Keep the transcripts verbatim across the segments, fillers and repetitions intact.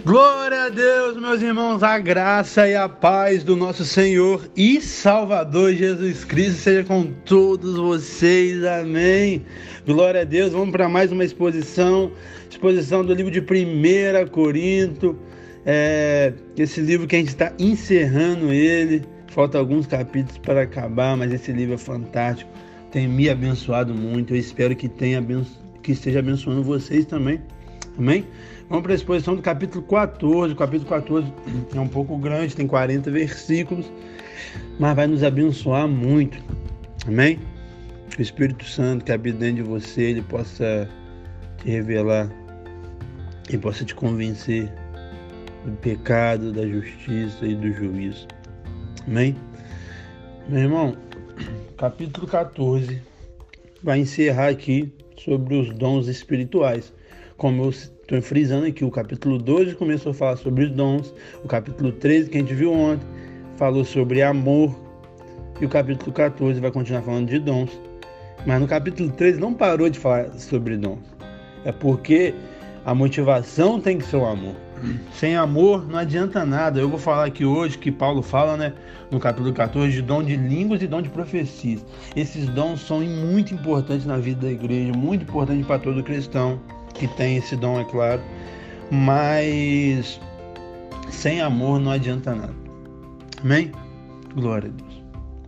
Glória a Deus, meus irmãos, a graça e a paz do nosso Senhor e Salvador Jesus Cristo seja com todos vocês, amém. Glória a Deus, vamos para mais uma exposição, exposição do livro de primeira Coríntios, é, esse livro que a gente está encerrando ele, falta alguns capítulos para acabar, mas esse livro é fantástico, tem me abençoado muito, eu espero que, tenha abenço... que esteja abençoando vocês também, amém. Vamos para a exposição do capítulo quatorze. O capítulo quatorze é um pouco grande, tem quarenta versículos, mas vai nos abençoar muito. Amém? Que o Espírito Santo que habita dentro de você, ele possa te revelar e possa te convencer do pecado, da justiça e do juízo. Amém? Meu irmão, capítulo quatorze vai encerrar aqui sobre os dons espirituais. Como eu estou frisando aqui, o capítulo doze começou a falar sobre os dons, o capítulo treze, que a gente viu ontem, falou sobre amor, e o capítulo quatorze vai continuar falando de dons. Mas no capítulo treze não parou de falar sobre dons. É porque a motivação tem que ser o amor. Sem amor não adianta nada. Eu vou falar aqui hoje que Paulo fala, né, no capítulo quatorze, de dom de línguas e dom de profecias. Esses dons são muito importantes na vida da igreja, muito importantes para todo cristão que tem esse dom, é claro, mas sem amor não adianta nada. Amém? Glória a Deus.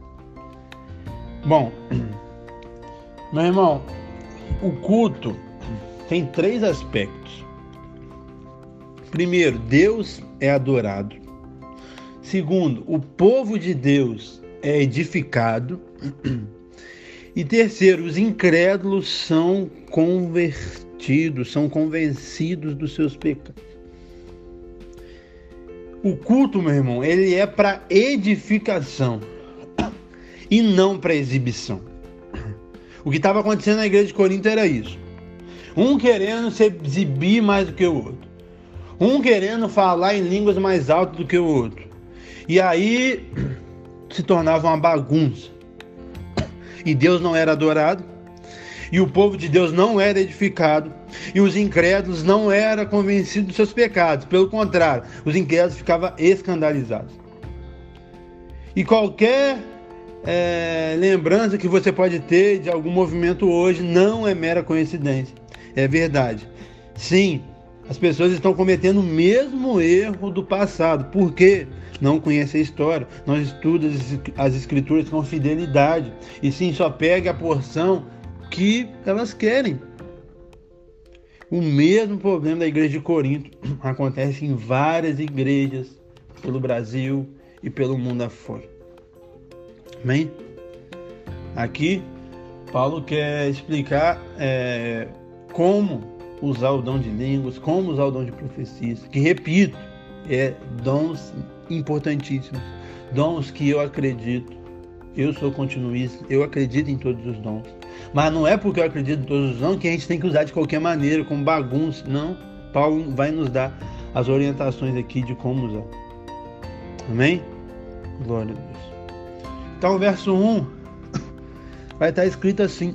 Bom, meu irmão, o culto tem três aspectos. Primeiro, Deus é adorado. Segundo, o povo de Deus é edificado. E terceiro, os incrédulos são convertidos. São convencidos dos seus pecados. O culto, meu irmão, ele é para edificação e não para exibição. O que estava acontecendo na igreja de Corinto era isso. Um querendo se exibir mais do que o outro. Um querendo falar em línguas mais altas do que o outro. E aí se tornava uma bagunça. E Deus não era adorado. E o povo de Deus não era edificado, e os incrédulos não eram convencidos dos seus pecados. Pelo contrário, os incrédulos ficavam escandalizados. E qualquer é, lembrança que você pode ter de algum movimento hoje não é mera coincidência. É verdade. Sim, as pessoas estão cometendo o mesmo erro do passado. Por quê? Não conhecem a história, não estudam as escrituras com fidelidade. E sim, só pega a porção que elas querem. O mesmo problema da igreja de Corinto acontece em várias igrejas pelo Brasil e pelo mundo afora. Amém? Aqui Paulo quer explicar é, como usar o dom de línguas, como usar o dom de profecias, que, repito, é dons importantíssimos, dons que eu acredito. Eu sou continuista, eu acredito em todos os dons. Mas não é porque eu acredito em todos os dons que a gente tem que usar de qualquer maneira, como bagunça. Não. Paulo vai nos dar as orientações aqui de como usar. Amém? Glória a Deus. Então o verso um vai estar escrito assim: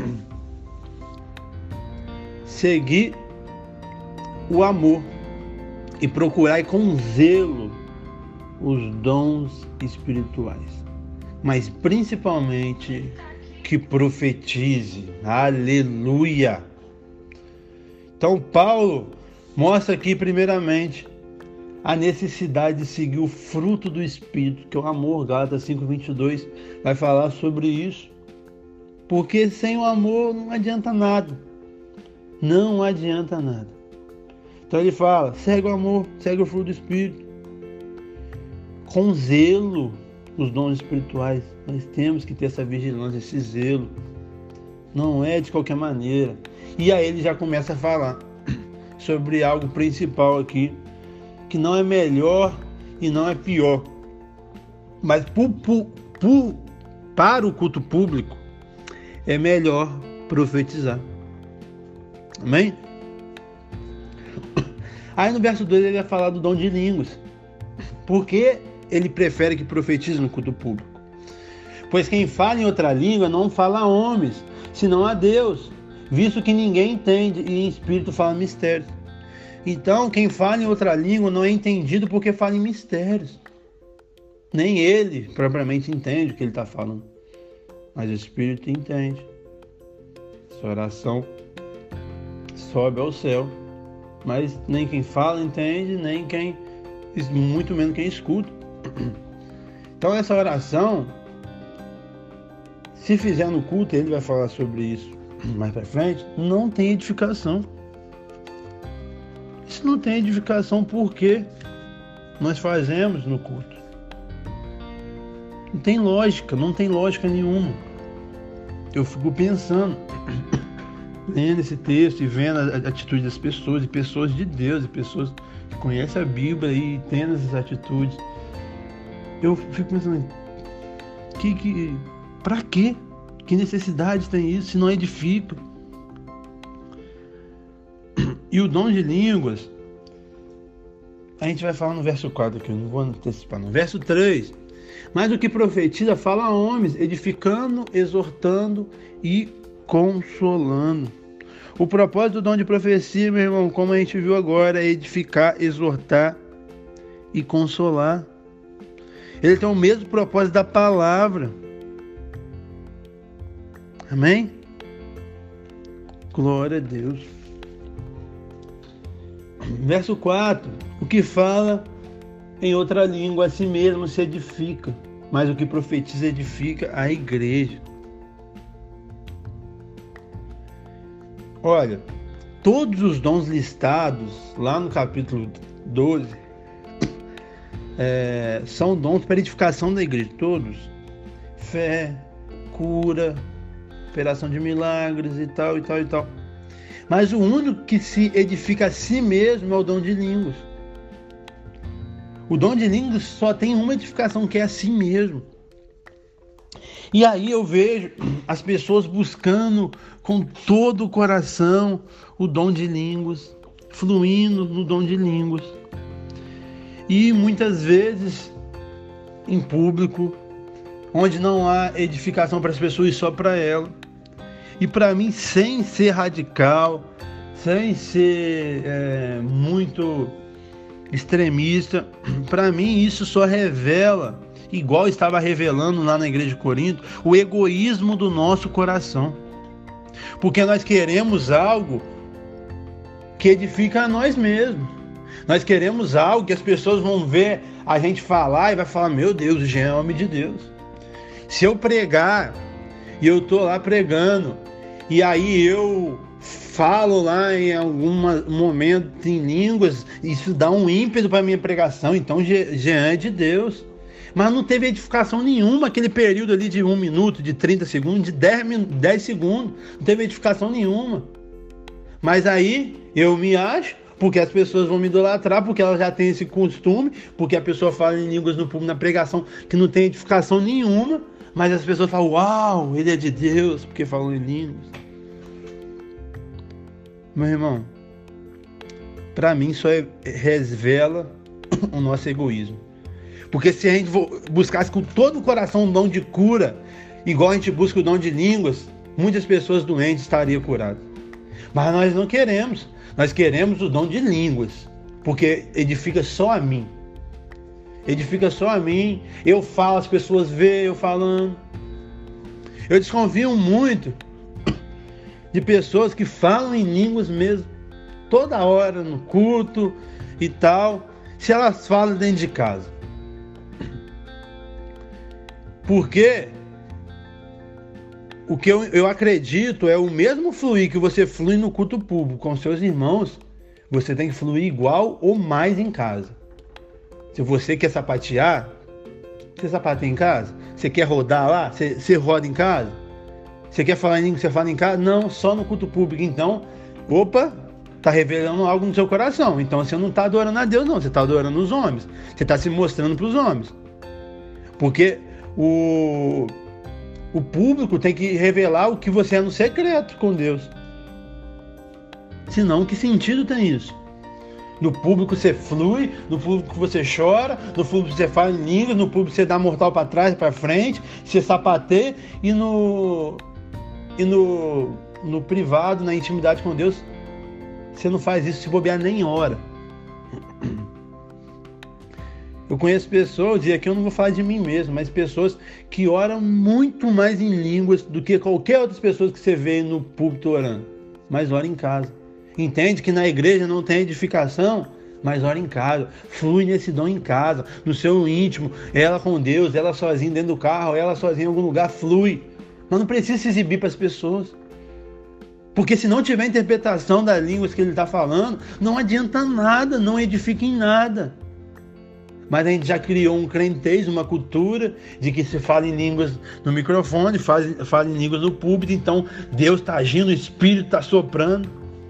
seguir o amor e procurai com zelo os dons espirituais, mas principalmente que profetize. Aleluia! Então Paulo mostra aqui primeiramente a necessidade de seguir o fruto do Espírito, que é o amor. Gálatas cinco, vinte e dois vai falar sobre isso, porque sem o amor não adianta nada, não adianta nada. Então ele fala, segue o amor, segue o fruto do Espírito, com zelo os dons espirituais. Nós temos que ter essa vigilância, esse zelo. Não é de qualquer maneira. E aí ele já começa a falar sobre algo principal aqui, que não é melhor e não é pior. Mas por, por, por, para o culto público, é melhor profetizar. Amém? Aí no verso dois ele vai falar do dom de línguas. Por que ele prefere que profetize no culto público? Pois quem fala em outra língua não fala a homens, senão a Deus, visto que ninguém entende e em espírito fala mistérios. Então, quem fala em outra língua não é entendido porque fala em mistérios. Nem ele propriamente entende o que ele está falando, mas o Espírito entende. Essa oração sobe ao céu, mas nem quem fala entende, nem quem, muito menos quem escuta. Então essa oração, se fizer no culto, ele vai falar sobre isso mais para frente, não tem edificação. Isso não tem edificação porque nós fazemos no culto. Não tem lógica, não tem lógica nenhuma. Eu fico pensando, lendo esse texto e vendo a atitude das pessoas, e pessoas de Deus, e pessoas que conhecem a Bíblia e tendo essas atitudes. Eu fico pensando, que, que, pra quê? Que necessidade tem isso se não edifica? E o dom de línguas, a gente vai falar no verso quatro aqui, eu não vou antecipar, no verso três. Mas o que profetiza fala a homens, edificando, exortando e consolando. O propósito do dom de profecia, meu irmão, como a gente viu agora, é edificar, exortar e consolar. Ele tem o mesmo propósito da palavra. Amém? Glória a Deus. Verso quatro. O que fala em outra língua a si mesmo se edifica, mas o que profetiza edifica a igreja. Olha, todos os dons listados lá no capítulo doze é, são dons para edificação da igreja, todos. Fé, cura, operação de milagres e tal, e tal, e tal. Mas o único que se edifica a si mesmo é o dom de línguas. O dom de línguas só tem uma edificação, que é a si mesmo. E aí eu vejo as pessoas buscando com todo o coração o dom de línguas, fluindo no dom de línguas. E muitas vezes em público, onde não há edificação para as pessoas e só para elas. E para mim, sem ser radical, sem ser é, muito extremista, para mim isso só revela, igual estava revelando lá na igreja de Corinto, o egoísmo do nosso coração. Porque nós queremos algo que edifica a nós mesmos. Nós queremos algo que as pessoas vão ver a gente falar e vai falar, meu Deus, o Jean é homem de Deus. Se eu pregar e eu tô lá pregando e aí eu falo lá em algum momento em línguas, isso dá um ímpeto para minha pregação, então Jean é de Deus. Mas não teve edificação nenhuma aquele período ali de um minuto, de trinta segundos, de dez segundos, não teve edificação nenhuma. Mas aí eu me acho, porque as pessoas vão me idolatrar, porque elas já têm esse costume, porque a pessoa fala em línguas no público, na pregação, que não tem edificação nenhuma, mas as pessoas falam, uau, ele é de Deus, porque falou em línguas. Meu irmão, para mim só revela o nosso egoísmo. Porque se a gente buscasse com todo o coração um dom de cura, igual a gente busca o dom de línguas, muitas pessoas doentes estariam curadas. Mas nós não queremos. Nós queremos o dom de línguas, porque edifica só a mim. Edifica só a mim. Eu falo, as pessoas veem eu falando. Eu desconfio muito de pessoas que falam em línguas mesmo, toda hora no culto e tal, se elas falam dentro de casa. Porque o que eu, eu acredito é o mesmo fluir que você flui no culto público com seus irmãos, você tem que fluir igual ou mais em casa. Se você quer sapatear, você sapateia em casa? Você quer rodar lá? Você, você roda em casa? Você quer falar em língua, você fala em casa? Não, só no culto público. Então, opa, tá revelando algo no seu coração. Então você não está adorando a Deus, não. Você está adorando os homens. Você está se mostrando para os homens. Porque o, o público tem que revelar o que você é no secreto com Deus. Senão, que sentido tem isso? No público você flui, no público você chora, no público você fala em línguas, no público você dá mortal para trás e para frente, você sapateia, e no, e no, no privado, na intimidade com Deus, Você não faz isso se bobear nem hora. Eu conheço pessoas, e aqui eu não vou falar de mim mesmo, mas pessoas que oram muito mais em línguas do que qualquer outras pessoas que você vê no púlpito orando. Mas ora em casa. Entende que na igreja não tem edificação, mas ora em casa. Flui nesse dom em casa, no seu íntimo. Ela com Deus, ela sozinha dentro do carro, ela sozinha em algum lugar, flui. Mas não precisa se exibir para as pessoas. Porque se não tiver interpretação das línguas que ele está falando, não adianta nada, não edifica em nada. Mas a gente já criou um crentez, uma cultura de que se fala em línguas no microfone, fala, fala em línguas no púlpito, então Deus está agindo, o Espírito está soprando.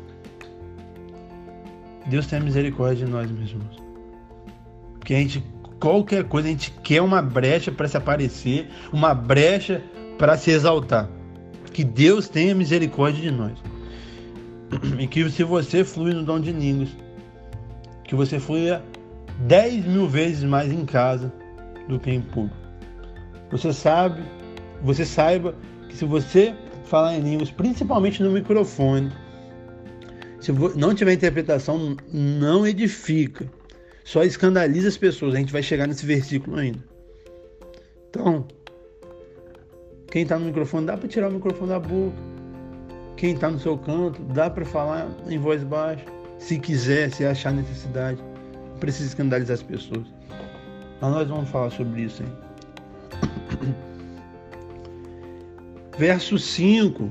Deus tenha misericórdia de nós, meus irmãos. Porque a gente, qualquer coisa, a gente quer uma brecha para se aparecer, uma brecha para se exaltar. Que Deus tenha misericórdia de nós. E que se você flui no dom de línguas, que você flua dez mil vezes mais em casa do que em público. Você sabe, você saiba que se você falar em línguas, principalmente no microfone, se não tiver interpretação, não edifica. Só escandaliza as pessoas. A gente vai chegar nesse versículo ainda. Então, quem está no microfone, dá para tirar o microfone da boca. Quem está no seu canto, dá para falar em voz baixa. Se quiser, se achar necessidade. Não precisa escandalizar as pessoas. Mas nós vamos falar sobre isso aí. Verso cinco.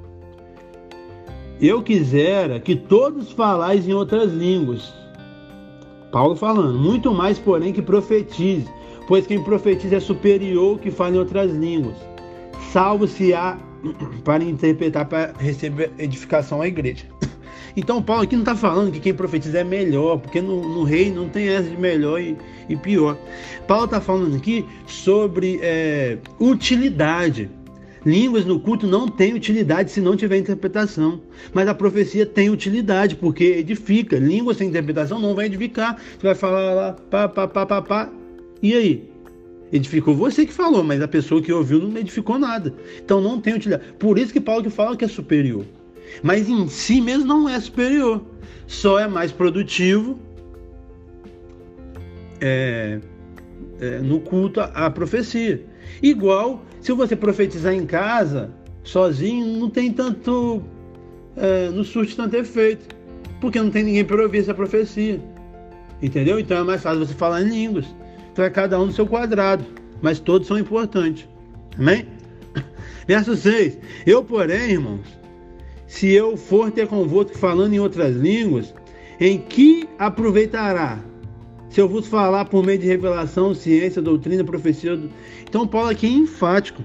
Eu quisera que todos falais em outras línguas. Paulo falando. Muito mais, porém, que profetize. Pois quem profetiza é superior ao que fala em outras línguas. Salvo se há para interpretar, para receber edificação à igreja. Então Paulo aqui não está falando que quem profetiza é melhor, porque no, no reino não tem essa de melhor e, e pior. Paulo está falando aqui sobre é, utilidade. Línguas no culto não tem utilidade se não tiver interpretação. Mas a profecia tem utilidade, porque edifica. Língua sem interpretação não vai edificar. Você vai falar lá, pá, pá, pá, pá, pá. E aí? Edificou você que falou, mas a pessoa que ouviu não edificou nada. Então não tem utilidade. Por isso que Paulo que fala que é superior. Mas em si mesmo não é superior. Só é mais produtivo é, é, no culto à, à profecia. Igual, se você profetizar em casa, sozinho, não tem tanto... É, não surte tanto efeito. Porque não tem ninguém para ouvir essa profecia. Entendeu? Então é mais fácil você falar em línguas. Então é cada um no seu quadrado. Mas todos são importantes. Amém? Verso seis. Eu, porém, irmãos, se eu for ter convosco falando em outras línguas, em que aproveitará? Se eu vos falar por meio de revelação, ciência, doutrina, profecia... Então Paulo aqui é enfático.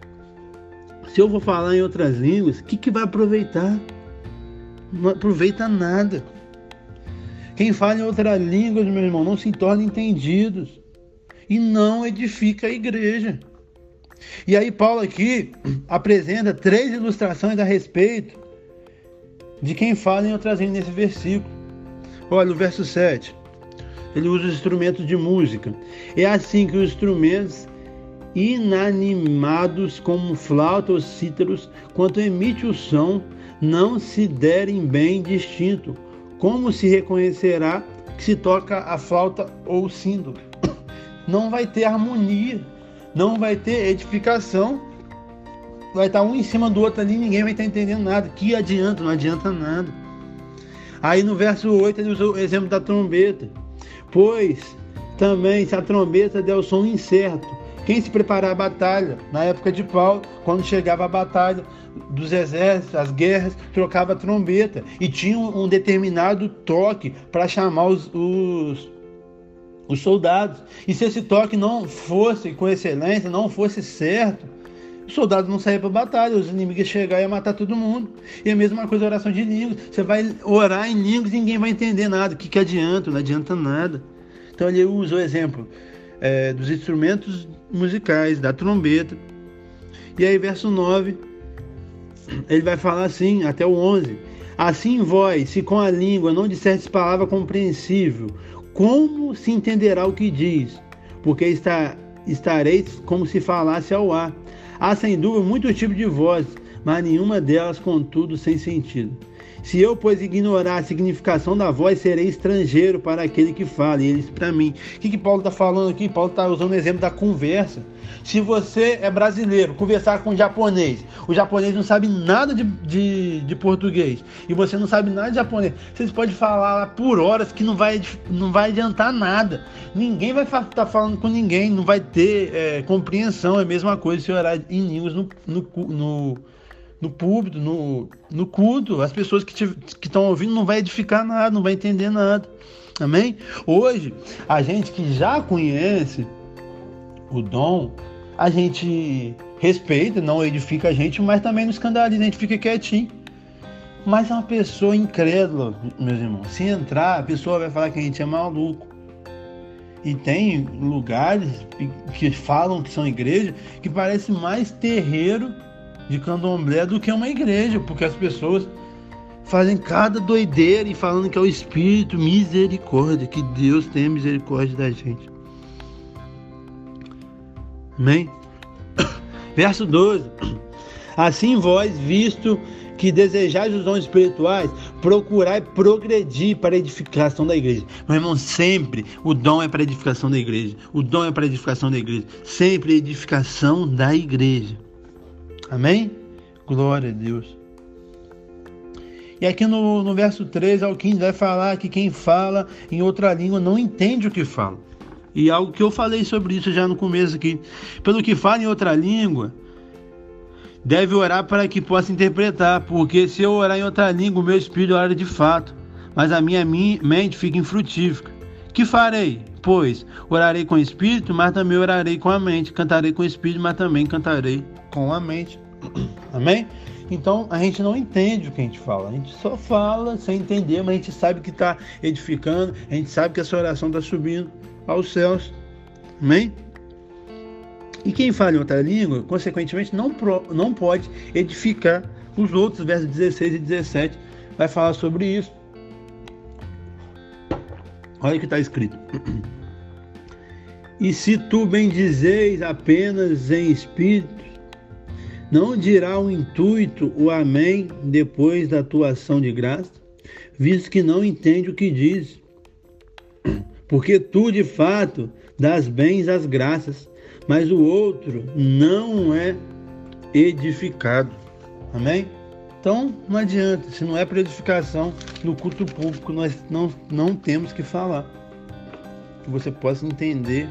Se eu vou falar em outras línguas, o que, que vai aproveitar? Não aproveita nada. Quem fala em outras línguas, meu irmão, não se torna entendidos. E não edifica a igreja. E aí Paulo aqui apresenta três ilustrações a respeito de quem fala em outras línguas nesse versículo. Olha, o verso sete. Ele usa os instrumentos de música. É assim que os instrumentos inanimados como flauta ou cítaros, quando emite o som, não se derem bem distinto. Como se reconhecerá que se toca a flauta ou o símbolo? Não vai ter harmonia, não vai ter edificação, vai estar um em cima do outro ali, ninguém vai estar entendendo nada. Que adianta? Não adianta nada. Aí no verso oito ele usa o exemplo da trombeta. Pois também se a trombeta der o som incerto, quem se preparar à batalha? Na época de Paulo, quando chegava a batalha dos exércitos, as guerras, trocava a trombeta e tinha um determinado toque para chamar os, os, os soldados. E se esse toque não fosse com excelência, não fosse certo, os soldados não saíam para a batalha, os inimigos iam chegar e iam matar todo mundo. E a mesma coisa a oração de línguas. Você vai orar em línguas e ninguém vai entender nada. O que, que adianta? Não adianta nada. Então ele usa o exemplo é, dos instrumentos musicais, da trombeta. E aí verso nove, ele vai falar assim, até o onze. Assim vós, se com a língua não disserdes palavra compreensível, como se entenderá o que diz? Porque está, estareis como se falasse ao ar. Há sem dúvida muitos tipos de vozes, mas nenhuma delas, contudo, sem sentido. Se eu, pois, ignorar a significação da voz, serei estrangeiro para aquele que fala, e eles para mim. O que, que Paulo está falando aqui? Paulo está usando o exemplo da conversa. Se você é brasileiro, conversar com um japonês, o japonês não sabe nada de, de, de português, e você não sabe nada de japonês, vocês podem falar por horas que não vai, não vai adiantar nada. Ninguém vai estar tá falando com ninguém, não vai ter é, compreensão. É a mesma coisa se orar em línguas no, no, no no púlpito, no, no culto. As pessoas que estão ouvindo não vai edificar nada, não vai entender nada. Amém? Hoje, a gente que já conhece o dom, a gente respeita, não edifica a gente, mas também não escandaliza, a gente fica quietinho. Mas é uma pessoa incrédula, meus irmãos. Se entrar, a pessoa vai falar que a gente é maluco. E tem lugares que falam que são igreja que parece mais terreiro de candomblé do que uma igreja, porque as pessoas fazem cada doideira e falando que é o Espírito. Misericórdia, que Deus tenha misericórdia da gente. Amém? Verso doze. Assim vós, visto que desejais os dons espirituais, procurai progredir para a edificação da igreja. Meu irmão, sempre o dom é para a edificação da igreja. O dom é para a edificação da igreja. Sempre a edificação da igreja. Amém? Glória a Deus. E aqui no, no verso treze ao quinze vai falar que quem fala em outra língua não entende o que fala. E algo que eu falei sobre isso já no começo aqui. Pelo que fala em outra língua, deve orar para que possa interpretar, porque se eu orar em outra língua, o meu espírito ora de fato, mas a minha mente fica infrutífera. Que farei? Pois orarei com o espírito, mas também orarei com a mente. Cantarei com o espírito, mas também cantarei com a mente. Amém? Então a gente não entende o que a gente fala, a gente só fala sem entender, mas a gente sabe que está edificando, a gente sabe que essa oração está subindo aos céus. Amém? E quem fala em outra língua, consequentemente, não, pro, não pode edificar os outros. Versos dezesseis e dezessete vai falar sobre isso. Olha o que está escrito. E se tu bendizeis apenas em espírito, não dirá o intuito o amém depois da tua ação de graça, visto que não entende o que diz. Porque tu, de fato, dás bens às graças, mas o outro não é edificado. Amém? Então, não adianta. Se não é para edificação, no culto público nós não, não temos que falar. Que você possa entender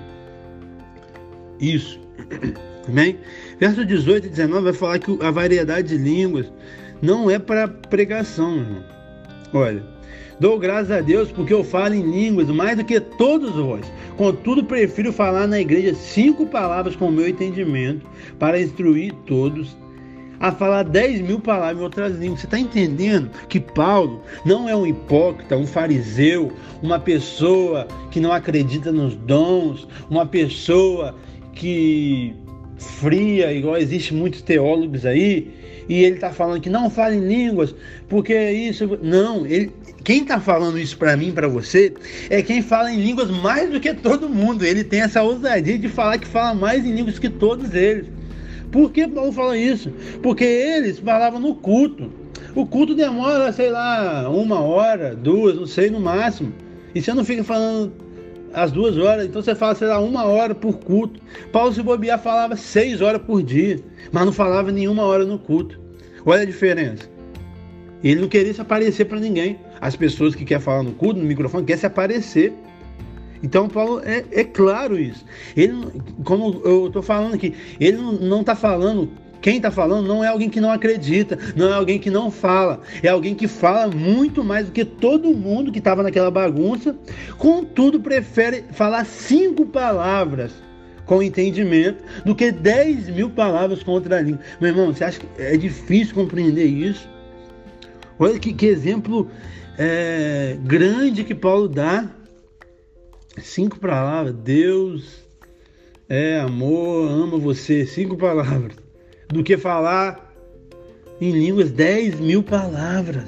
isso. Amém? Verso dezoito e dezenove vai falar que a variedade de línguas não é para pregação, irmão. Olha, dou graças a Deus porque eu falo em línguas mais do que todos vós. Contudo, prefiro falar na igreja cinco palavras com o meu entendimento para instruir todos a falar dez mil palavras em outras línguas. Você está entendendo que Paulo não é um hipócrita, um fariseu, uma pessoa que não acredita nos dons, uma pessoa que fria, igual existe muitos teólogos aí, e ele está falando que não fala em línguas, porque é isso. Não, ele, quem está falando isso para mim, para você, é quem fala em línguas mais do que todo mundo. Ele tem essa ousadia de falar que fala mais em línguas que todos eles. Por que Paulo fala isso? Porque eles falavam no culto. O culto demora, sei lá, uma hora, duas, não sei, no máximo. E você não fica falando às duas horas, então você fala, sei lá, uma hora por culto. Paulo, se bobear, falava seis horas por dia, mas não falava nenhuma hora no culto. Olha a diferença. Ele não queria se aparecer para ninguém. As pessoas que querem falar no culto, no microfone, querem se aparecer. Então, Paulo, é, é claro isso. Ele, como eu estou falando aqui, ele não está falando, quem está falando não é alguém que não acredita, não é alguém que não fala, é alguém que fala muito mais do que todo mundo que estava naquela bagunça, contudo prefere falar cinco palavras com entendimento do que dez mil palavras com outra língua. Meu irmão, você acha que é difícil compreender isso? Olha que, que exemplo é, grande que Paulo dá. Cinco palavras. Deus é amor, ama você. Cinco palavras. Do que falar em línguas dez mil palavras.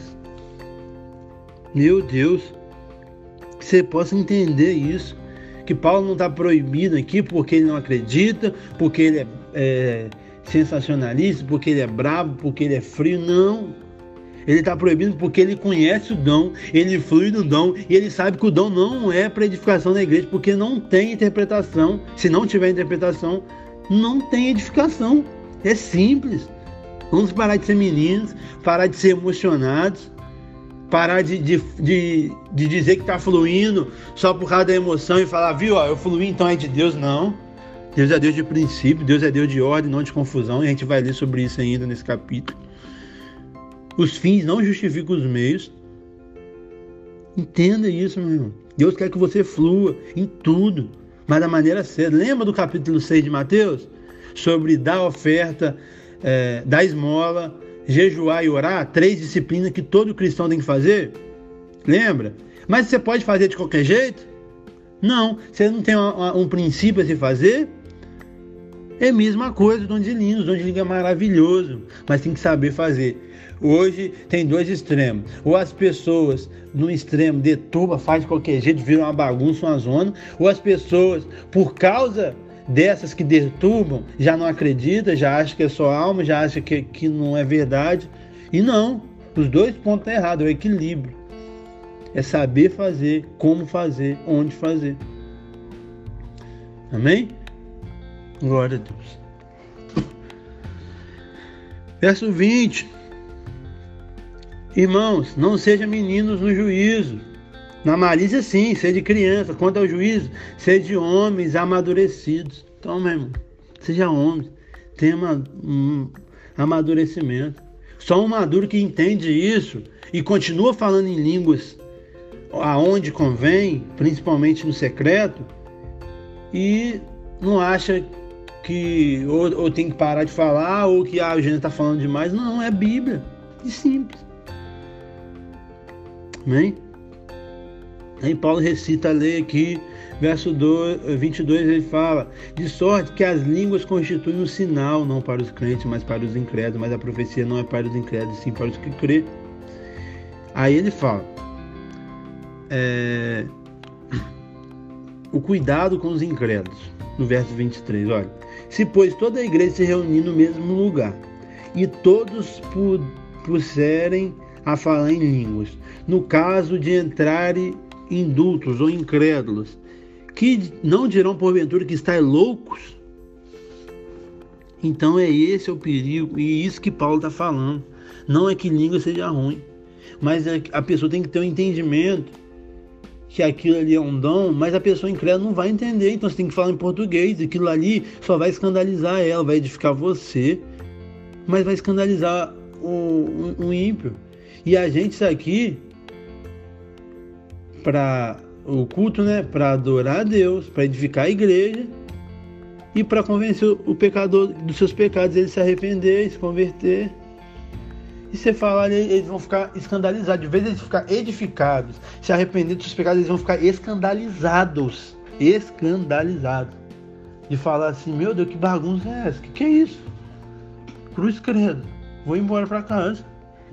Meu Deus. Que você possa entender isso. Que Paulo não está proibido aqui porque ele não acredita, porque ele é, é sensacionalista, porque ele é bravo, porque ele é frio. Não. Ele está proibindo porque ele conhece o dom, ele flui no dom e ele sabe que o dom não é para edificação da igreja, porque não tem interpretação. Se não tiver interpretação, não tem edificação. É simples. Vamos parar de ser meninos, parar de ser emocionados, parar de, de, de, de dizer que está fluindo só por causa da emoção e falar, viu, ó, eu fluí, então é de Deus. Não. Deus é Deus de princípio, Deus é Deus de ordem, não de confusão, e a gente vai ler sobre isso ainda nesse capítulo. Os fins não justificam os meios. Entenda isso, meu irmão. Deus quer que você flua em tudo, mas da maneira certa. Lembra do capítulo seis de Mateus? Sobre dar oferta, é, dar esmola, jejuar e orar? Três disciplinas que todo cristão tem que fazer? Lembra? Mas você pode fazer de qualquer jeito? Não. Você não tem um, um princípio a se fazer? É a mesma coisa, o dom de línguas. O dom de língua é maravilhoso, mas tem que saber fazer. Hoje tem dois extremos. Ou as pessoas, no extremo, deturba, faz de qualquer jeito, viram uma bagunça, uma zona. Ou as pessoas, por causa dessas que deturbam, já não acreditam, já acham que é só alma, já acham que, que não é verdade. E não, os dois pontos estão errados, é o equilíbrio. É saber fazer, como fazer, onde fazer. Amém? Glória a Deus. Verso vinte. Irmãos, não sejam meninos no juízo. Na malícia sim, seja de criança. Quanto ao juízo, seja de homens amadurecidos. Então, meu irmão, seja homem. Tenha uma, um amadurecimento. Só um maduro que entende isso e continua falando em línguas aonde convém, principalmente no secreto, e não acha que ou, ou tem que parar de falar, ou que ah, o Eugênio está falando demais. Não, é Bíblia. E simples. Amém? Aí Paulo recita a lei aqui, verso vinte e dois, ele fala: de sorte que as línguas constituem um sinal, não para os crentes, mas para os incrédulos, mas a profecia não é para os incrédulos, sim para os que crê. Aí ele fala, é, o cuidado com os incrédulos, no verso vinte e três, olha: se pois toda a igreja se reunir no mesmo lugar, e todos puserem a falar em línguas, no caso de entrarem indultos ou incrédulos, que não dirão porventura que estáis loucos? Então é esse o perigo, e isso que Paulo está falando. Não é que língua seja ruim, mas a pessoa tem que ter um entendimento que aquilo ali é um dom, mas a pessoa incrédula não vai entender, então você tem que falar em português. Aquilo ali só vai escandalizar ela, vai edificar você, mas vai escandalizar o, o, o ímpio. E a gente está aqui para o culto, né? Para adorar a Deus, para edificar a igreja e para convencer o pecador dos seus pecados, ele se arrepender, se converter. E você falar, eles vão ficar escandalizados. De vez eles ficar edificados, se arrepender dos seus pecados, eles vão ficar escandalizados. Escandalizados. De falar assim: meu Deus, que bagunça é essa? Que que é isso? Cruz credo. Vou embora para casa.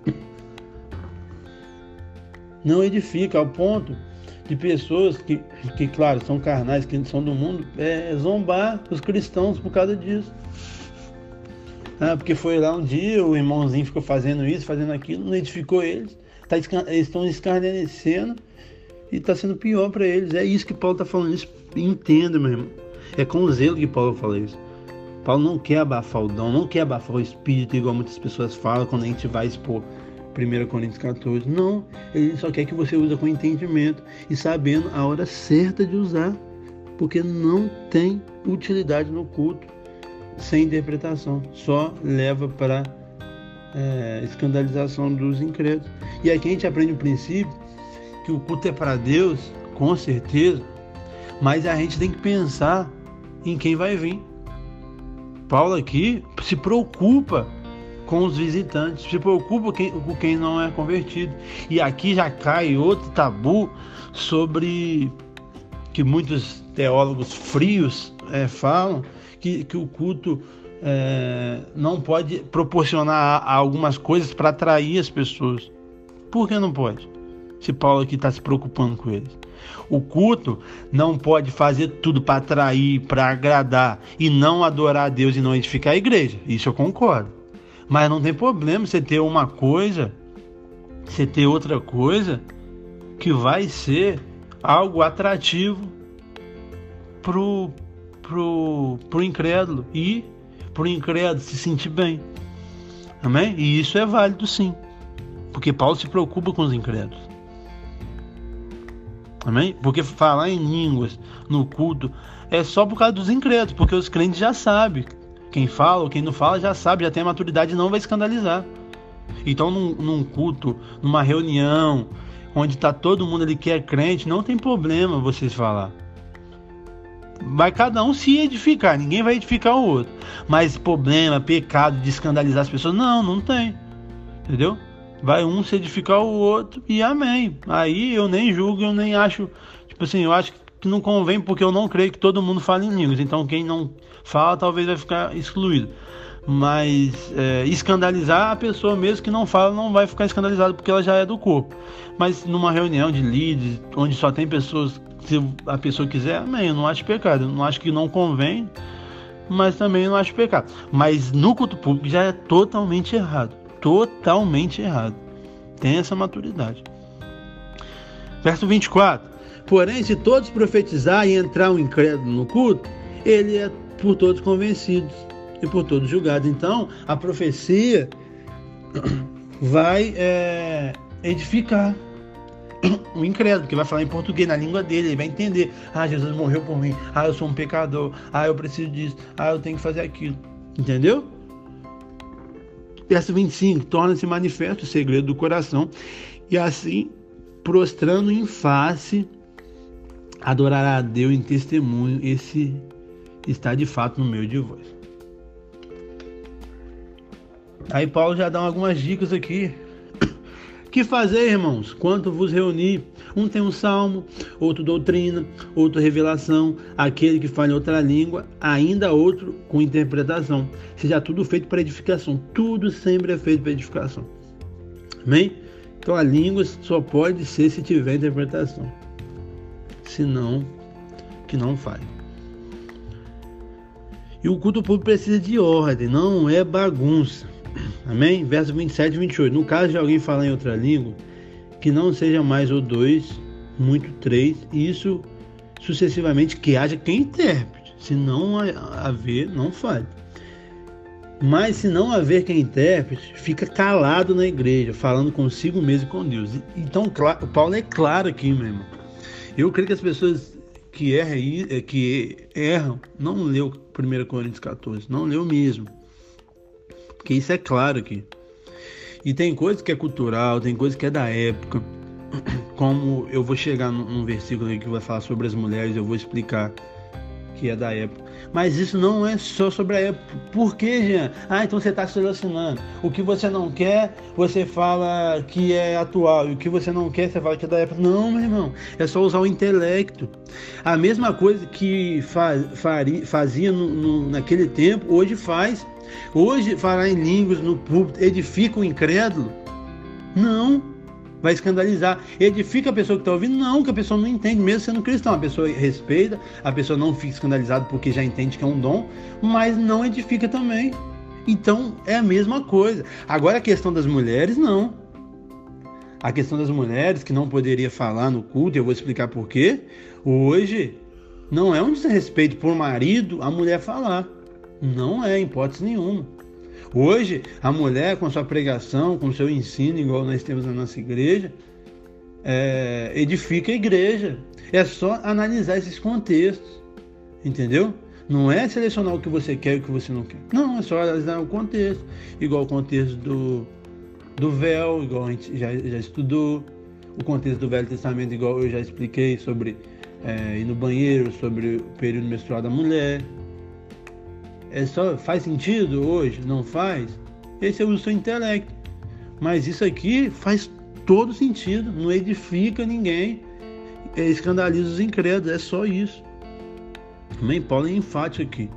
Não edifica, ao ponto de pessoas que, que, claro, são carnais, que são do mundo, é, zombar os cristãos por causa disso. Ah, porque foi lá um dia, o irmãozinho ficou fazendo isso, fazendo aquilo, não edificou eles. Tá, eles estão escarnecendo e está sendo pior para eles. É isso que Paulo está falando. Isso, entenda, meu irmão. É com zelo que Paulo fala isso. Paulo não quer abafar o dom, não quer abafar o espírito, igual muitas pessoas falam quando a gente vai expor primeira Coríntios quatorze. Não, ele só quer que você use com entendimento e sabendo a hora certa de usar, porque não tem utilidade no culto sem interpretação, só leva para é, escandalização dos incrédulos. E aqui a gente aprende o princípio que o culto é para Deus, com certeza, mas a gente tem que pensar em quem vai vir. Paulo aqui se preocupa com os visitantes, se preocupa com quem não é convertido. E aqui já cai outro tabu sobre que muitos teólogos frios é, falam, que, que o culto é, não pode proporcionar algumas coisas para atrair as pessoas. Por que não pode? Se Paulo aqui está se preocupando com eles. O culto não pode fazer tudo para atrair, para agradar e não adorar a Deus e não edificar a igreja. Isso eu concordo. Mas não tem problema você ter uma coisa você ter outra coisa que vai ser algo atrativo pro, pro, pro incrédulo e pro incrédulo se sentir bem. Amém? E isso é válido sim, porque Paulo se preocupa com os incrédulos. Amém? Porque falar em línguas no culto é só por causa dos incrédulos, porque os crentes já sabem. Quem fala ou quem não fala já sabe, já tem a maturidade e não vai escandalizar. Então num, num culto, numa reunião, onde está todo mundo ali que é crente, não tem problema vocês falar. Vai cada um se edificar, ninguém vai edificar o outro. Mas problema, pecado de escandalizar as pessoas, não, não tem. Entendeu? Vai um se edificar o outro e amém. Aí eu nem julgo, eu nem acho, tipo assim, eu acho que não convém, porque eu não creio que todo mundo fale em línguas. Então quem não fala talvez vai ficar excluído. Mas é, escandalizar a pessoa mesmo que não fala não vai ficar escandalizada, porque ela já é do corpo. Mas numa reunião de líderes, onde só tem pessoas, se a pessoa quiser, amém, eu não acho pecado. Eu não acho que não convém, mas também não acho pecado. Mas no culto público já é totalmente errado. Totalmente errado. Tem essa maturidade. Verso vinte e quatro. Porém, se todos profetizarem e entrar um incrédulo no culto, ele é por todos convencidos e por todos julgados. Então, a profecia vai é, edificar o incrédulo, que vai falar em português, na língua dele, ele vai entender. Ah, Jesus morreu por mim. Ah, eu sou um pecador. Ah, eu preciso disso. Ah, eu tenho que fazer aquilo. Entendeu? Verso vinte e cinco. Torna-se manifesto o segredo do coração, e assim, prostrando em face, adorará a Deus em testemunho. Esse está de fato no meio de vós. Aí Paulo já dá algumas dicas aqui. Que fazer, irmãos, quanto vos reunir? Um tem um salmo, outro doutrina, outro revelação, aquele que fala em outra língua, ainda outro com interpretação. Seja tudo feito para edificação. Tudo sempre é feito para edificação. Amém? Então a língua só pode ser se tiver interpretação. Senão, que não faz. E o culto público precisa de ordem, não é bagunça. Amém? Verso vinte e sete e vinte e oito. No caso de alguém falar em outra língua, que não seja mais ou dois, muito três, e isso sucessivamente, que haja quem intérprete. Se não haver, não fale. Mas se não haver quem intérprete, fica calado na igreja, falando consigo mesmo e com Deus. Então, o Paulo é claro aqui, meu irmão. Eu creio que as pessoas que erram, que erram não leu primeira Coríntios quatorze, não leu mesmo. Porque isso é claro aqui. E tem coisa que é cultural, tem coisa que é da época. Como eu vou chegar num, num versículo aí que vai falar sobre as mulheres, eu vou explicar que é da época. Mas isso não é só sobre a época. Por quê, Jean? Ah, então você está selecionando. O que você não quer, você fala que é atual. E o que você não quer, você fala que é da época. Não, meu irmão. É só usar o intelecto. A mesma coisa que faz, faria, fazia no, no, naquele tempo, hoje faz. Hoje, falar em línguas no púlpito edifica o incrédulo? Não. Vai escandalizar. Edifica a pessoa que está ouvindo? Não, que a pessoa não entende, mesmo sendo cristão. A pessoa respeita, a pessoa não fica escandalizada porque já entende que é um dom, mas não edifica também. Então, é a mesma coisa. Agora, a questão das mulheres, não. A questão das mulheres, que não poderia falar no culto, eu vou explicar por quê. Hoje, não é um desrespeito por marido a mulher falar. Não é, em hipótese nenhuma. Hoje, a mulher, com sua pregação, com seu ensino, igual nós temos na nossa igreja, é, edifica a igreja. É só analisar esses contextos, entendeu? Não é selecionar o que você quer e o que você não quer. Não, é só analisar o contexto. Igual o contexto do, do véu, igual a gente já, já estudou. O contexto do Velho Testamento, igual eu já expliquei, sobre é, ir no banheiro, sobre o período menstrual da mulher. É só, faz sentido hoje? Não faz? Esse é o seu intelecto. Mas isso aqui faz todo sentido. Não edifica ninguém. É, escandaliza os incrédulos. É só isso. Amém? Paulo é enfático aqui.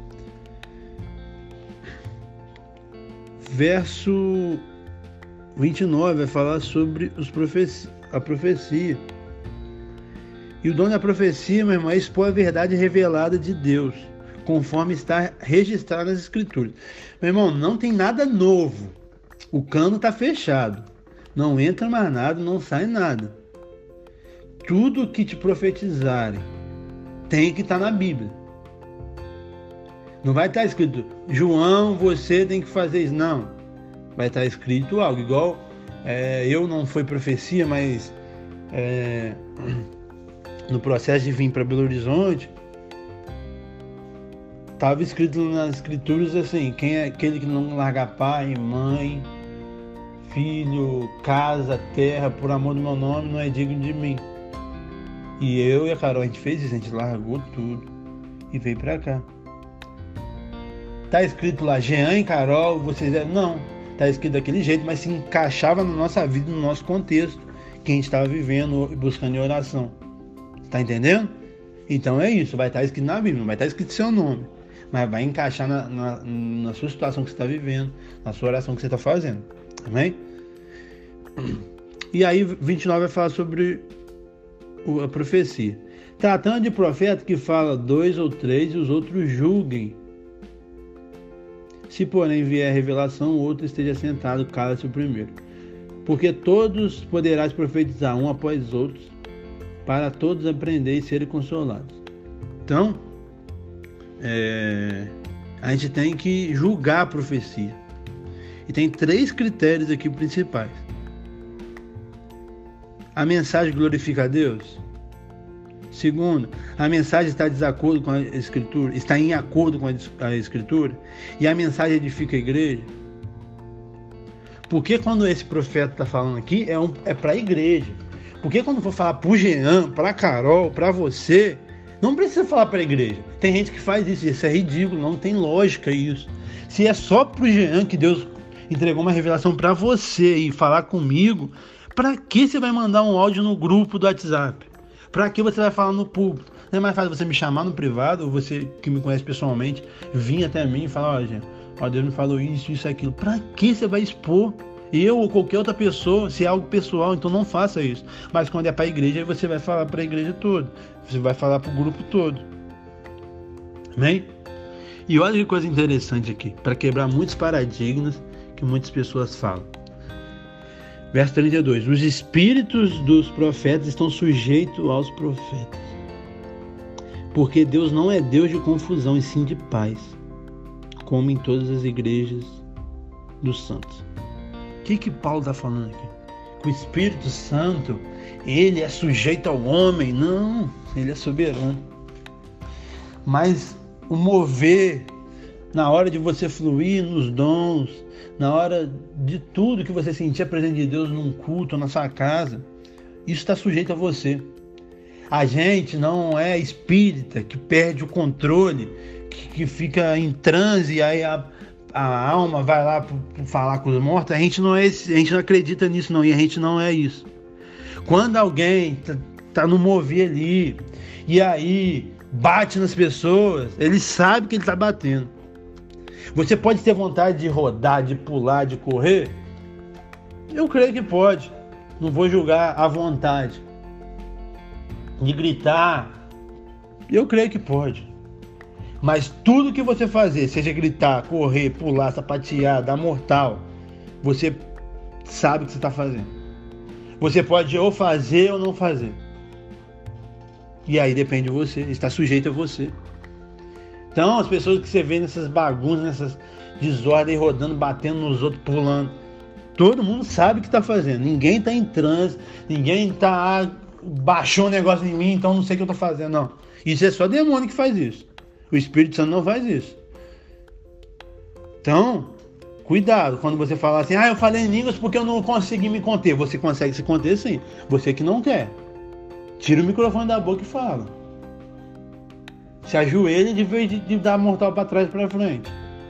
Verso vinte e nove vai falar sobre os profeci- a profecia. E o dom da profecia, meu irmão, é expor a verdade revelada de Deus, conforme está registrado nas Escrituras. Meu irmão, não tem nada novo. O cano está fechado. Não entra mais nada, não sai nada. Tudo que te profetizarem tem que estar na Bíblia. Não vai estar escrito, João, você tem que fazer isso. Não. Vai estar escrito algo. Igual, é, eu não foi profecia, mas é, no processo de vir para Belo Horizonte, estava escrito nas escrituras assim, quem é aquele que não larga pai, mãe, filho, casa, terra, por amor do meu nome, não é digno de mim. E eu e a Carol, a gente fez isso, a gente largou tudo e veio pra cá. Tá escrito lá, Jean e Carol, vocês... Não, tá escrito daquele jeito, mas se encaixava na nossa vida, no nosso contexto, que a gente estava vivendo, buscando em oração. Tá entendendo? Então é isso, vai estar escrito na Bíblia, não vai estar escrito seu nome, mas vai encaixar na, na, na sua situação que você está vivendo, na sua oração que você está fazendo. Amém? E aí, vinte e nove vai falar sobre a profecia. Tratando de profeta que fala dois ou três e os outros julguem. Se porém vier a revelação, o outro esteja sentado, cala-se o primeiro. Porque todos poderás profetizar um após os outros, para todos aprender e serem consolados. Então, é, a gente tem que julgar a profecia. E tem três critérios aqui principais. A mensagem glorifica a Deus? Segundo, a mensagem está em desacordo com a Escritura, está em acordo com a Escritura, e a mensagem edifica a igreja. Porque quando esse profeta está falando aqui, é, um, é para a igreja. Porque quando for falar para o Jean, para a Carol, para você, não precisa falar para a igreja. Tem gente que faz isso, isso é ridículo, não tem lógica isso. Se é só para o Jean que Deus entregou uma revelação para você e falar comigo, para que você vai mandar um áudio no grupo do WhatsApp? Para que você vai falar no público? Não é mais fácil você me chamar no privado, ou você que me conhece pessoalmente, vir até mim e falar, olha, ó, Deus me falou isso, isso, aquilo. Para que você vai expor? Eu ou qualquer outra pessoa, se é algo pessoal, então não faça isso. Mas quando é para a igreja, aí você vai falar para a igreja toda. Você vai falar para o grupo todo. Amém? E olha que coisa interessante aqui, para quebrar muitos paradigmas que muitas pessoas falam. Verso trinta e dois. Os espíritos dos profetas estão sujeitos aos profetas. Porque Deus não é Deus de confusão, e sim de paz, como em todas as igrejas dos santos. O que que Paulo está falando aqui? Que o Espírito Santo, ele é sujeito ao homem? Não, ele é soberano. Mas o mover, na hora de você fluir nos dons, na hora de tudo que você sentir a presença de Deus num culto, na sua casa, isso está sujeito a você. A gente não é espírita que perde o controle, que, que fica em transe e aí a, a alma vai lá para falar com os mortos. A gente não é esse, a gente não acredita nisso não, e a gente não é isso. Quando alguém tá, tá no mover ali e aí bate nas pessoas, ele sabe que ele está batendo. Você pode ter vontade de rodar, de pular, de correr? Eu creio que pode. Não vou julgar a vontade. De gritar? Eu creio que pode. Mas tudo que você fazer, seja gritar, correr, pular, sapatear, dar mortal, você sabe o que você está fazendo. Você pode ou fazer ou não fazer. E aí depende de você, está sujeito a você. Então, as pessoas que você vê nessas bagunças, nessas desordens, rodando, batendo nos outros, pulando, todo mundo sabe o que está fazendo. Ninguém está em transe, ninguém está, ah, baixou um negócio em mim, então não sei o que eu estou fazendo, não. Isso é só demônio que faz isso. O Espírito Santo não faz isso. Então, cuidado quando você falar assim, ah, eu falei em línguas porque eu não consegui me conter. Você consegue se conter sim, você que não quer. Tira o microfone da boca e fala. Se ajoelha de vez de, de dar mortal para trás e para frente.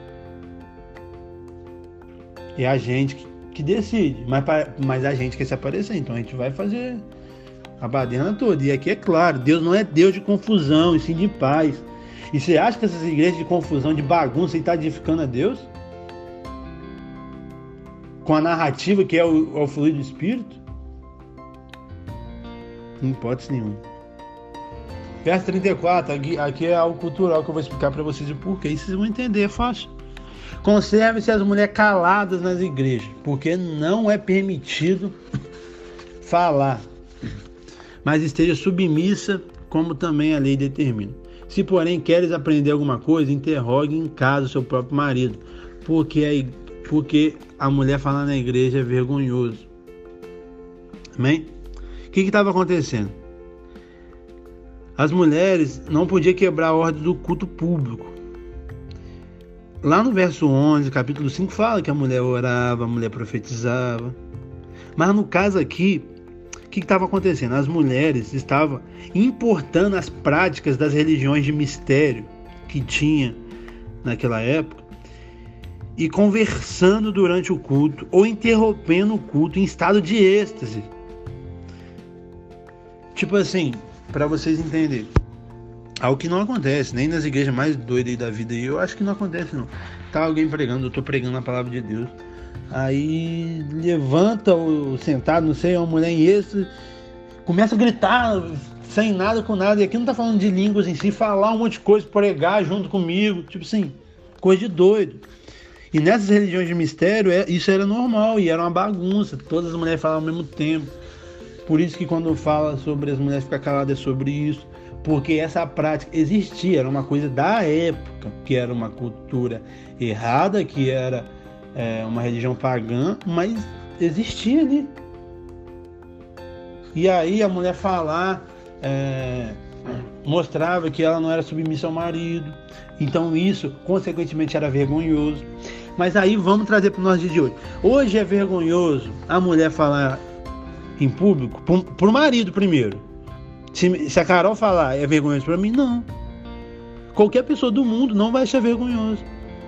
É a gente que, que decide, mas, mas a gente quer se aparecer, então a gente vai fazer a baderna toda. E aqui é claro, Deus não é Deus de confusão, e sim de paz. E você acha que essas igrejas de confusão, de bagunça, está edificando a Deus? Com a narrativa que é o, o fluir do Espírito? Em hipótese nenhuma. Verso trinta e quatro, aqui, aqui é algo cultural que eu vou explicar para vocês o porquê. E vocês vão entender, é fácil. Conserve-se as mulheres caladas nas igrejas, porque não é permitido falar, mas esteja submissa, como também a lei determina. Se, porém, queres aprender alguma coisa, interrogue em casa o seu próprio marido, porque a, porque a mulher falar na igreja é vergonhoso. Amém? O que estava acontecendo? As mulheres não podiam quebrar a ordem do culto público. Lá no verso onze, capítulo cinco, fala que a mulher orava, a mulher profetizava. Mas no caso aqui, o que estava acontecendo? As mulheres estavam importando as práticas das religiões de mistério que tinha naquela época e conversando durante o culto ou interrompendo o culto em estado de êxtase. Tipo assim, para vocês entenderem, algo que não acontece, nem nas igrejas mais doidas aí da vida, e eu acho que não acontece não. Tá alguém pregando, eu tô pregando a palavra de Deus, aí levanta o sentado, não sei, uma mulher em êxtase, começa a gritar, sem nada com nada, e aqui não tá falando de línguas em si, falar um monte de coisa, pregar junto comigo, tipo assim, coisa de doido. E nessas religiões de mistério, isso era normal, e era uma bagunça, todas as mulheres falavam ao mesmo tempo. Por isso que quando fala sobre as mulheres ficar caladas é sobre isso, porque essa prática existia, era uma coisa da época, que era uma cultura errada, que era é, uma religião pagã, mas existia ali. E aí a mulher falar é, mostrava que ela não era submissa ao marido, então isso consequentemente era vergonhoso. Mas aí vamos trazer para o nosso dia de hoje. Hoje é vergonhoso a mulher falar em público para o marido primeiro. Se, se a Carol falar é vergonhoso para mim, não. Qualquer pessoa do mundo não vai achar vergonhoso.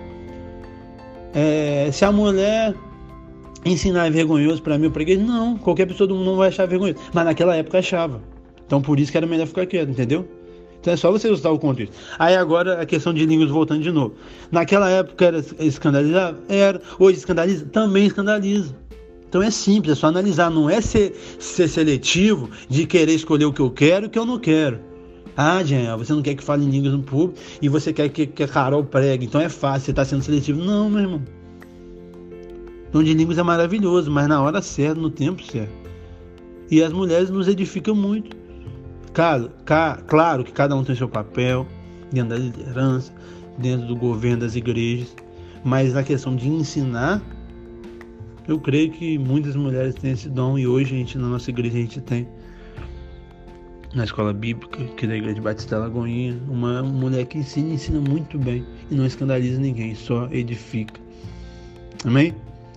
É, se a mulher ensinar é vergonhoso para mim, eu preguei, não. Qualquer pessoa do mundo não vai achar vergonhoso. Mas naquela época achava. Então por isso que era melhor ficar quieto, entendeu? Então é só você usar o contexto. Aí agora a questão de línguas voltando de novo. Naquela época era escandalizar? Era. Hoje escandaliza? Também escandaliza. Então é simples, é só analisar, não é ser, ser seletivo de querer escolher o que eu quero e o que eu não quero. Ah, Daniel, você não quer que fale em línguas no público e você quer que, que a Carol pregue, então é fácil, você está sendo seletivo. Não, meu irmão. Dom de línguas é maravilhoso, mas na hora certa, no tempo certo. E as mulheres nos edificam muito. Claro, claro que cada um tem seu papel dentro da liderança, dentro do governo das igrejas, mas na questão de ensinar, eu creio que muitas mulheres têm esse dom e hoje a gente, na nossa igreja, a gente tem, na escola bíblica, que é da Igreja Batista da Lagoinha, uma mulher que ensina, ensina muito bem e não escandaliza ninguém, só edifica. Amém?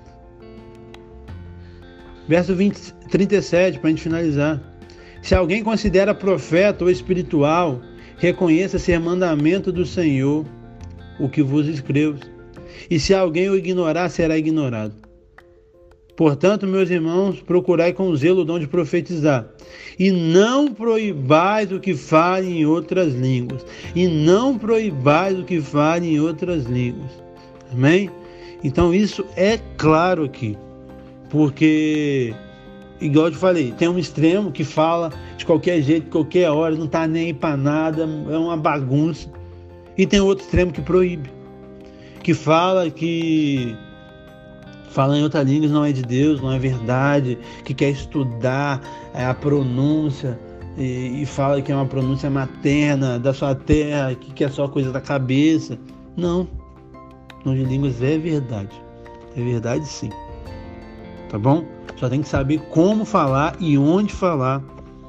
Verso vinte, trinta e sete, para a gente finalizar. Se alguém considera profeta ou espiritual, reconheça ser mandamento do Senhor o que vos escrevo. E se alguém o ignorar, será ignorado. Portanto, meus irmãos, procurai com zelo o dom de profetizar, e não proibais o que fale em outras línguas, e não proibais o que fale em outras línguas. Amém? Então isso é claro aqui, porque, igual eu te falei, tem um extremo que fala de qualquer jeito, de qualquer hora, não está nem aí para nada, é uma bagunça, e tem outro extremo que proíbe, que fala que falar em outras línguas não é de Deus, não é verdade, que quer estudar a pronúncia e, e fala que é uma pronúncia materna da sua terra, que é só coisa da cabeça. Não, dom de línguas é verdade, é verdade sim, tá bom? Só tem que saber como falar e onde falar.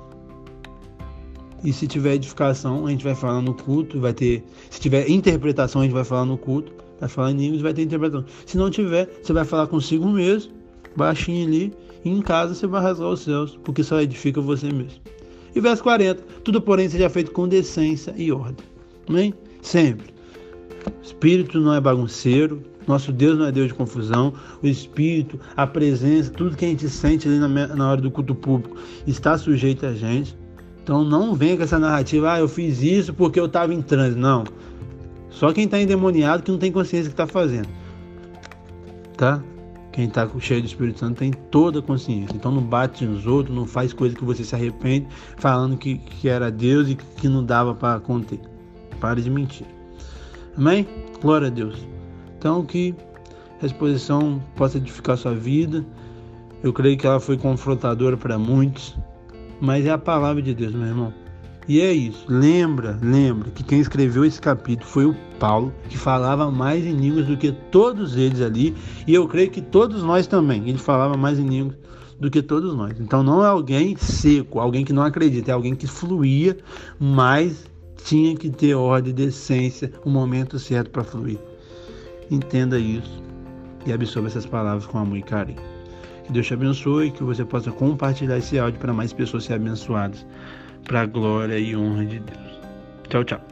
E se tiver edificação, a gente vai falar no culto, vai ter, se tiver interpretação, a gente vai falar no culto. Vai falar em línguas, vai ter interpretação. Se não tiver, você vai falar consigo mesmo, baixinho ali, e em casa você vai rasgar os céus, porque só edifica você mesmo. E verso quarenta, tudo porém seja feito com decência e ordem. Amém? Sempre. O Espírito não é bagunceiro, nosso Deus não é Deus de confusão, o Espírito, a presença, tudo que a gente sente ali na, na hora do culto público está sujeito a gente. Então não venha com essa narrativa, ah, eu fiz isso porque eu estava em transe. Não. Só quem está endemoniado que não tem consciência que está fazendo, tá? Quem está cheio do Espírito Santo tem toda a consciência. Então não bate nos outros, não faz coisa que você se arrepende, falando que, que era Deus e que não dava para conter. Pare de mentir. Amém? Glória a Deus. Então, que a exposição possa edificar sua vida. Eu creio que ela foi confrontadora para muitos, mas é a palavra de Deus, meu irmão. E é isso. Lembra, lembra que quem escreveu esse capítulo foi o Paulo, que falava mais em línguas do que todos eles ali, e eu creio que todos nós também. Ele falava mais em línguas do que todos nós. Então não é alguém seco, alguém que não acredita, é alguém que fluía, mas tinha que ter ordem, decência, o momento certo para fluir. Entenda isso e absorva essas palavras com amor e carinho. Que Deus te abençoe e que você possa compartilhar esse áudio para mais pessoas serem abençoadas, para a glória e honra de Deus. Tchau, tchau.